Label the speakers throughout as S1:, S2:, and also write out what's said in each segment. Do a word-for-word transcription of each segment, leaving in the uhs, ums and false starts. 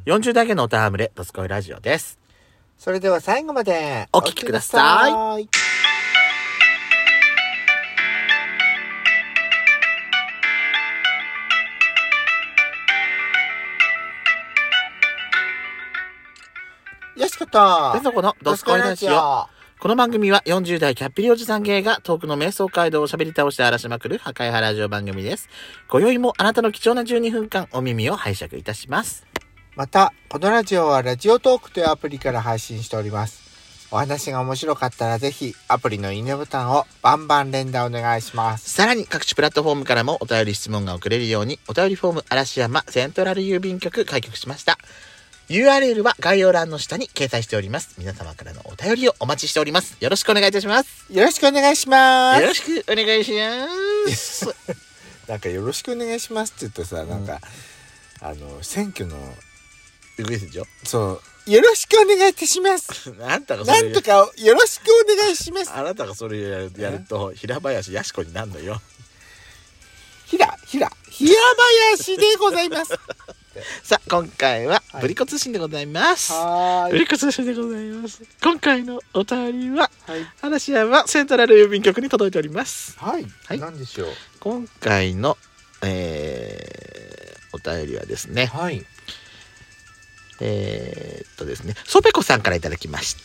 S1: よんじゅう代のおたわむれ、ドスコイラジオです。
S2: それでは最後まで
S1: お聞きください。
S2: よしこと、
S1: ペソコのドスコイラジオ。この番組はよんじゅう代キャッピリおじさん芸がトークの瞑想街道を喋り倒して荒らしまくる破壊派ラジオ番組です。今宵もあなたの貴重なじゅうにふんかんお耳を拝借いたします。
S2: また、このラジオはラジオトークというアプリから配信しております。お話が面白かったらぜひアプリのいいねボタンをバンバン連打お願いします。
S1: さらに各種プラットフォームからもお便り質問が送れるようにお便りフォーム嵐山セントラル郵便局開局しました。ユーアールエル は概要欄の下に掲載しております。皆様からのお便りをお待ちしております。よろしくお願いいたします。
S2: よろしくお願いします。
S1: よろしくお願いします
S2: なんかよろしくお願いしますって言うとさ、なんか、うん、あの選挙の
S1: ウグイスでしょ。
S2: そうよろしくお願いいたします
S1: あんたがそれ
S2: なんとかよろしくお願いします。
S1: あなたがそれやると平林やしこになるのよ。
S2: ひらひら平林でございます
S1: さあ今回はぶりこ通信でございます。はい、ぶりこ通信でございます。今回のお便りは、はい、嵐山セントラル郵便局に届いております。
S2: はい、はい、何でしょう。
S1: 今回の、えー、お便りはですね、はい、えー、っとですねソペコさんからいただきました。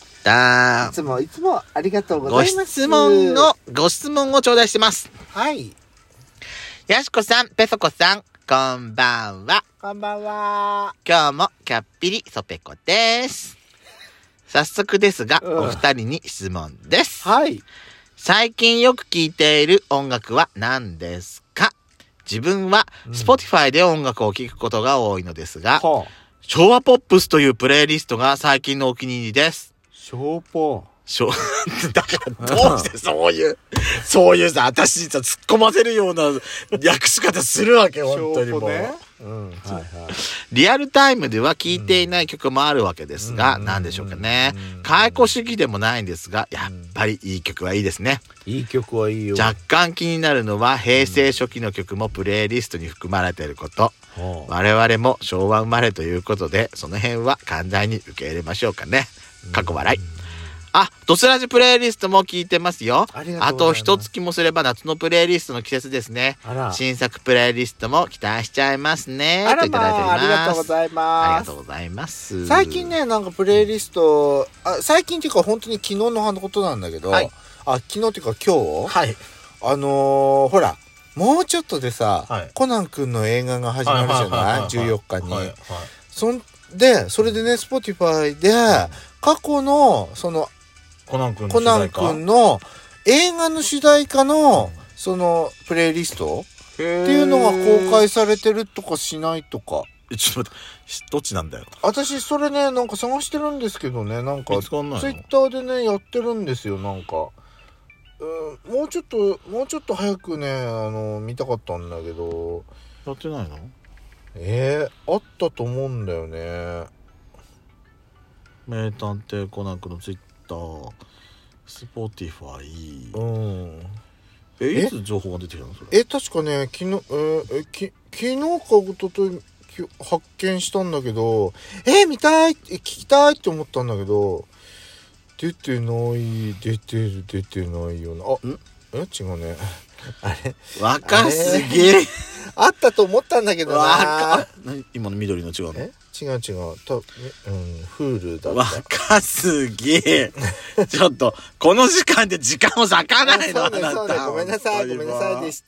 S2: いつもいつもありがとうございます。
S1: ご質問のご質問を頂戴してます。
S2: はい、
S1: やしこさん、ペソコさん、こんばんは。
S2: こんばんは。
S1: 今日もキャッピリソペコです。早速ですが、うん、お二人に質問です。
S2: はい。
S1: 最近よく聴いている音楽は何ですか？自分は Spotify で音楽を聴くことが多いのですが、うん、昭和ポップスというプレイリストが最近のお気に入りです。
S2: 昭和
S1: しょだからどうしてそういうそういうさ私さ突っ込ませるような訳し方するわけ本当にもう、ね、うんはいはい、リアルタイムでは聴いていない曲もあるわけですが、うん、何でしょうかね。解雇主義でもないんですがやっぱりいい曲はいいですね。
S2: いい曲はいいよ。
S1: 若干気になるのは平成初期の曲もプレイリストに含まれていること、うん、我々も昭和生まれということでその辺は寛大に受け入れましょうかね。過去笑い。あ、ドスラジプレイリストも聞いてますよ。 あ, あと一月もすれば夏のプレイリストの季節ですね。新作プレイリストも期待しちゃいますね。
S2: あら、まあ、
S1: といただいております。
S2: ありがとうございます。
S1: ありがとうございます。
S2: 最近ねなんかプレイリストあ最近っていうか本当に昨日のことなんだけど、はい、あ昨日っていうか今日、はい、あのー、ほらもうちょっとでさ、はい、コナン君の映画が始まるじゃない、じゅうよっかに、はいはい、そんでそれでね Spotify で過去のその
S1: コナン君の
S2: コナン君の映画の主題歌の、うん、そのプレイリストっていうのが公開されてるとかしないとか。
S1: えちょっと待ってどっちなんだよ。
S2: 私それねなんか探してるんですけどねなんかツイッターでねやってるんですよなんか、うん、もうちょっともうちょっと早くねあの見たかったんだけど
S1: やってないの？
S2: えー、あったと思うんだよね。
S1: 名探偵コナン君のツイッタースポティファイ、
S2: うん、
S1: えいつ情報が出てきたのそれ？
S2: え確かね昨日、えー、き昨日かおととい発見したんだけどえー、見たい聞きたいって思ったんだけど出てない出てる出てないよなあんえ違うねあれ
S1: 若すぎる
S2: あったと思ったんだけどな
S1: 今の緑の違うの？
S2: え違う違うたうん、フールだった。
S1: 若すぎちょっとこの時間で時間を割かないの。
S2: そうねそうねごめんなさいごめんなさいでした。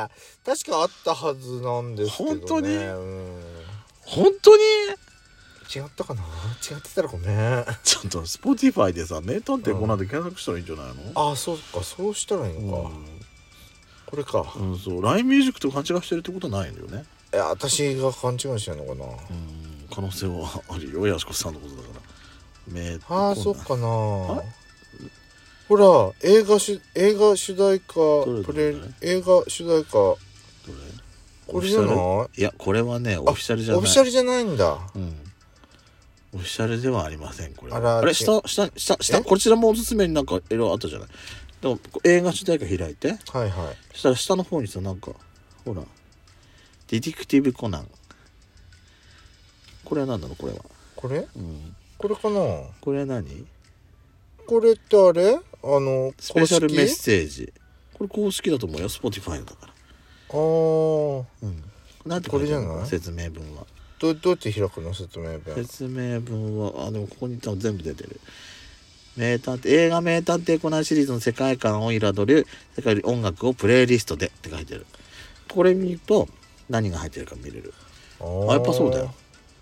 S2: 確かあったはずなんですけどね。
S1: 本当に、
S2: うん、
S1: 本当に
S2: 違ったかな違ってたらごめん。
S1: ちょっと Spotify でさ名探偵コナンで検索したらいいんじゃないの？
S2: うん、あそうかそうしたらいいのか、うん、これか、
S1: うん、そう ライン ミュージックと勘違いしてるってことはないんだよね。
S2: いや私が勘違いしてるのかな。うん
S1: 可能性はあるよやしこさんのことだから名
S2: ああそっかなほら映画し映画主題歌プレ映画主題歌どれこれじゃない？
S1: いやこれはねオフィシャルじゃない。
S2: オフィシャルじゃないんだ。
S1: うんオフィシャルではありませんこれ。あらあれ下下下下こちらもおすすめになんか色あったじゃない。でも映画主題歌開いて
S2: はいはい
S1: そしたら下の方にさなんかほらディティクティブコナンこれは何なのこれは。
S2: これ、
S1: うん、
S2: これかな。
S1: これは何？
S2: これってあれ、あの
S1: スペシャルメッセージ。これ公式だと思うよ、Spotify だから。あ
S2: あ、うん。
S1: なんてこれじゃない？説明文は。
S2: ど, どうやって開くの説明文？
S1: 説明文はあでもここに多分全部出てる。名探偵映画名探偵コナンシリーズの世界観を彩る世界音楽をプレイリストでって書いてる。これ見ると何が入ってるか見れる。あやっぱそうだよ。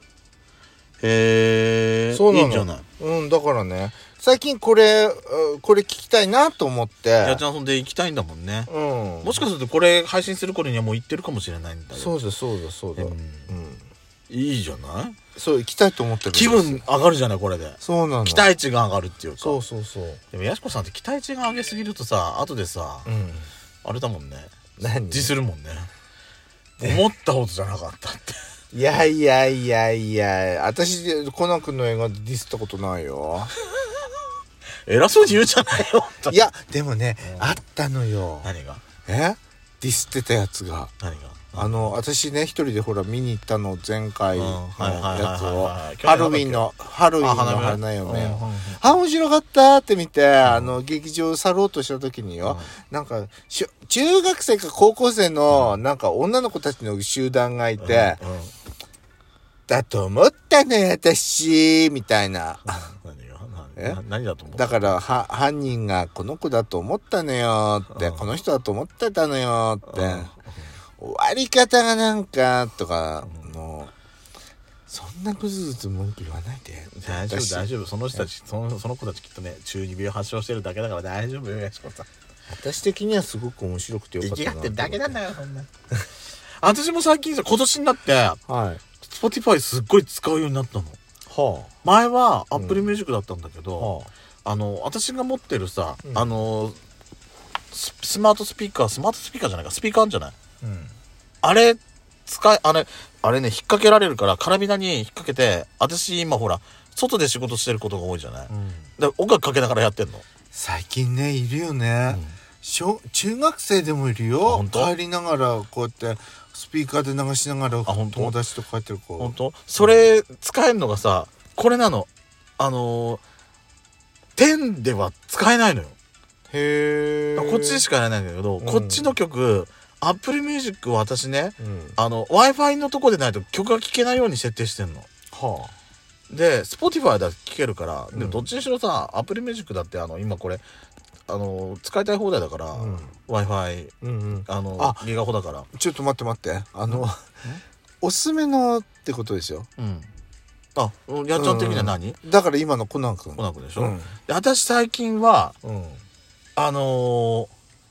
S1: へえ、そうなの。いいんじゃない。
S2: うん、だからね最近これこれ聞きたいなと思って。
S1: やちゃんそんで行きたいんだもんね。うん。もしかするとこれ配信する頃にはもう行ってるかもしれないんだよ。
S2: そうだそうだそうだ。うん。うん、
S1: いいじゃない。
S2: そう行きたいと思ってるんです。
S1: 気分上がるじゃないこれで。
S2: そうなの。
S1: 期待値が上がるっていうか。
S2: そうそうそう。
S1: でもやしこさんって期待値が上げすぎるとさ後でさ、うん、あれだもんね。
S2: 何？
S1: 自するもんね。思ったほどじゃなかったって。
S2: いやいやいやいや私コナン君の映画でディスったことないよ。
S1: 偉そうに言うじゃないよ。
S2: いやでもね、うん、あったのよ。
S1: 何が？
S2: え？ディスってたやつが。
S1: 何が？
S2: あの私ね一人でほら見に行ったの前回のやつをハロウィンのハロウィンの花嫁をあ面白かったって見て、うん、あの劇場去ろうとした時によ、うん、なんか中学生か高校生のなんか女の子たちの集団がいて、うんうん、だと思ったね私みたいな。
S1: え何だと思う？
S2: だからは犯人がこの子だと思ったのよって、うん、この人だと思ってたのよって、うん、終わり方がなんかとか、うん、もうそんなぐずぐず文句言わないで。
S1: 大丈夫大丈夫。その人たちそのその子たちきっとね中二病発症してるだけだから大丈夫よやしこさん。
S2: 私的にはすごく面白くてよかったな。
S1: 生きがってるだけなんだよそんな。私も最近さ今年になって、はい、Spotify すっごい使うようになったの。はあ、前は Apple Music だったんだけど、うんはあ、あの私が持ってるさ、うん、あのス, スマートスピーカースマートスピーカーじゃないかスピーカーあるんじゃない、うん、あれ使いあれあれね引っ掛けられるからカラビナに引っ掛けて私今ほら外で仕事してることが多いじゃない、うん、だから音楽かけながらやってんの。
S2: 最近ねいるよね、うん、小中学生でもいるよ。帰りながらこうやってスピーカーで流しながら友達と帰ってる子。
S1: 本当？それ使えるのがさこれなの。あのー、点では使えないのよ。
S2: へー。
S1: こっちでしかやらないんだけど、うん、こっちの曲 Apple Music は私ね、うん、あの Wi-Fi のとこでないと曲が聴けないように設定してんの。はあ、で Spotify だと聴けるから、うん、でどっちにしろさ Apple Music だってあの今これあの使いたい放題だから、うん、Wi-Fi、うんうん、あのあギガホだから。
S2: ちょっと待って待ってあのおすすめのってことですよ。
S1: うん。あ、やっちゃん的には何？
S2: うん、だから今のコナン君。
S1: コナン君でしょ。うん、で私最近は、うん、あのー、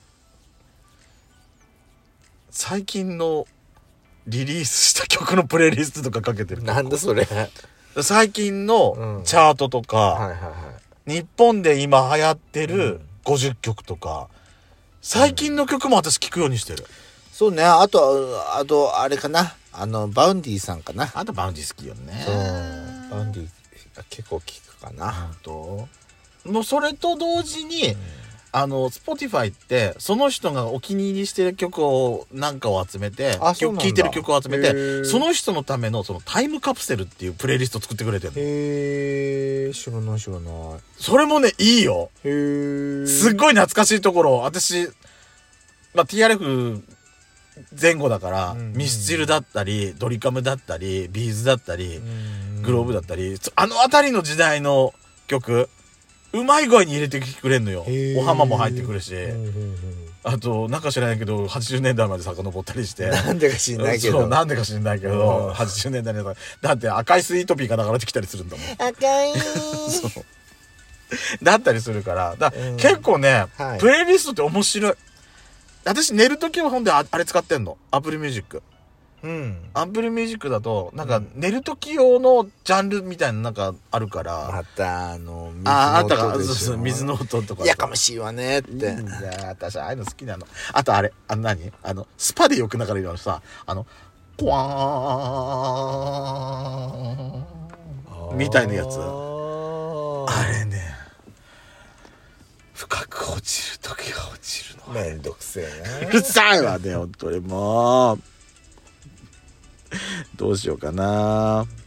S1: 最近のリリースした曲のプレイリストとかかけてる。
S2: なんだそれ。
S1: 最近のチャートとか、うんはいはいはい、日本で今流行ってるごじゅっきょくとか、最近の曲も私聞くようにしてる。
S2: そうね。あとあとあれかな。あのバウンディさんかな。
S1: あとバウンディ好きよね。
S2: そうバウンディ結構聞くかな。
S1: 本当。もうそれと同時に、うん、あの Spotify ってその人がお気に入りしてる曲をなんかを集めて聴いてる曲を集めてその人のためのそのタイムカプセルっていうプレイリスト作ってくれてるの。
S2: へー知らない知らない。
S1: それもねいいよ。へーすっごい懐かしいところ私、まあ、ティーアールエフ前後だから、うんうん、ミスチルだったりドリカムだったりビーズだったり、うんうん、グローブだったりあの辺りの時代の曲うまい具合に入れてくれんのよ。お浜も入ってくるし、うんうんうん、あとなんか知らないけどはちじゅうねんだいまで遡ったりして
S2: なんでか知んないけど
S1: そうなんでか知んないけど、うん、はちじゅうねんだいだだって赤いスイートピーが流れてきたりするんだもん。
S2: 赤い
S1: そうだったりするからだ、うん、結構ね、はい、プレイリストって面白い。私寝るときはほんで あ, あれ使ってんの Apple Music。うん。Apple Music だとなんか寝るとき用のジャンルみたいななんかあるから。
S2: またあの
S1: 水の音でしょ。ああったかそうそう水の音とか。
S2: やかましいわねって。いい
S1: んだ私ああいうの好きなの。あとあれあの何あのスパでよく流れるのさあのポワーンみたいなやつ。あれね。深く落ちる時が落ちるの
S2: めんどくせえな。
S1: うるさいわね本当にもうどうしようかな。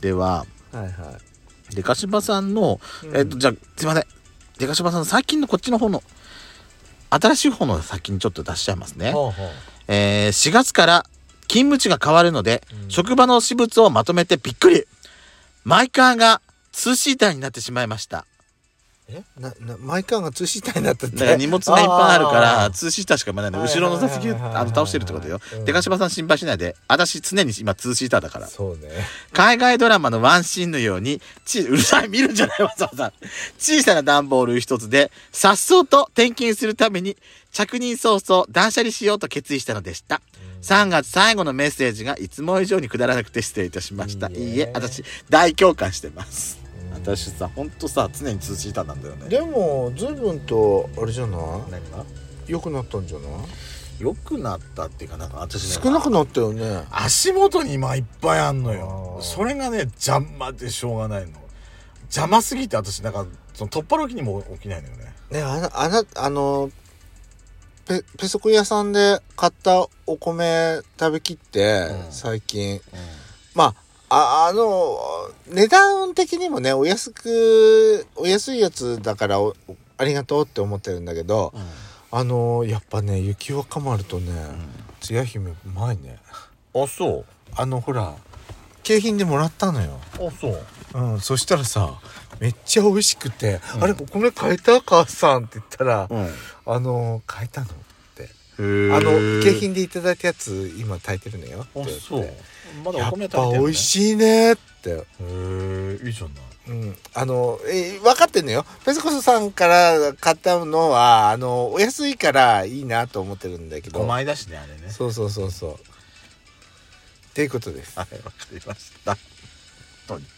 S1: では、はいはい、デカシバさんの、うん、えっとじゃあすいません、デカシバさんの最近のこっちの方の新しい方の先にちょっと出しちゃいますね。ほうほう、えー、しがつから勤務地が変わるので、うん、職場の私物をまとめてびっくり。マイカーがツーシーターになってしまいました。
S2: えななマイカーがツーシーターになったって。
S1: だから荷物がいっぱいあるからツーシーターしか生まないの。後ろの座席を倒してるってことよ。でかしばさん心配しないで。私常に今ツーシーターだから。
S2: そうね。
S1: 海外ドラマのワンシーンのようにちうるさい見るんじゃないわざわざ。小さな段ボール一つで颯爽と転勤するために着任早々断捨離しようと決意したのでした。さんがつ最後のメッセージがいつも以上にくだらなくて失礼いたしました。いいえ、私大共感してます。私さ、ほんとさ、常にツーシーターなんだよね。
S2: でも随分とあれじゃない？何が？良くなったんじゃない？
S1: 良くなったっていうか、なんか私
S2: ね、少なくなったよね。
S3: 足元に今いっぱいあんのよ。それがね邪魔でしょうがないの。邪魔すぎて私なんかその取っ払う気にも起きないのよね。
S2: ね、あのあのあのペペソコ屋さんで買ったお米食べきって、うん、最近、うん、まあ。あ, あの値段的にもねお安くお安いやつだからおありがとうって思ってるんだけど、うん、あのやっぱね雪若丸とね、うん、つや姫うまいね。
S1: あ、そう。
S2: あのほら景品でもらったのよ。
S1: あ、そう。
S2: うん、そしたらさめっちゃ美味しくて、うん、あれお米買えた母さんって言ったら、うん、あの買えたのってあの景品でいただいたやつ今炊いてるのよって言って。
S1: あ、そう。まだ
S2: お米食べてるね。やっぱ美味しいねって。へ
S3: え、いいじゃない。
S2: うん、あの、えー、分かってんのよ。ペソコスさんから買ったのはあのお安いからいいなと思ってるんだけど。
S1: ごまいだしねあれね。
S2: そうそうそうそう。っていうことです。
S1: はい、わかりました。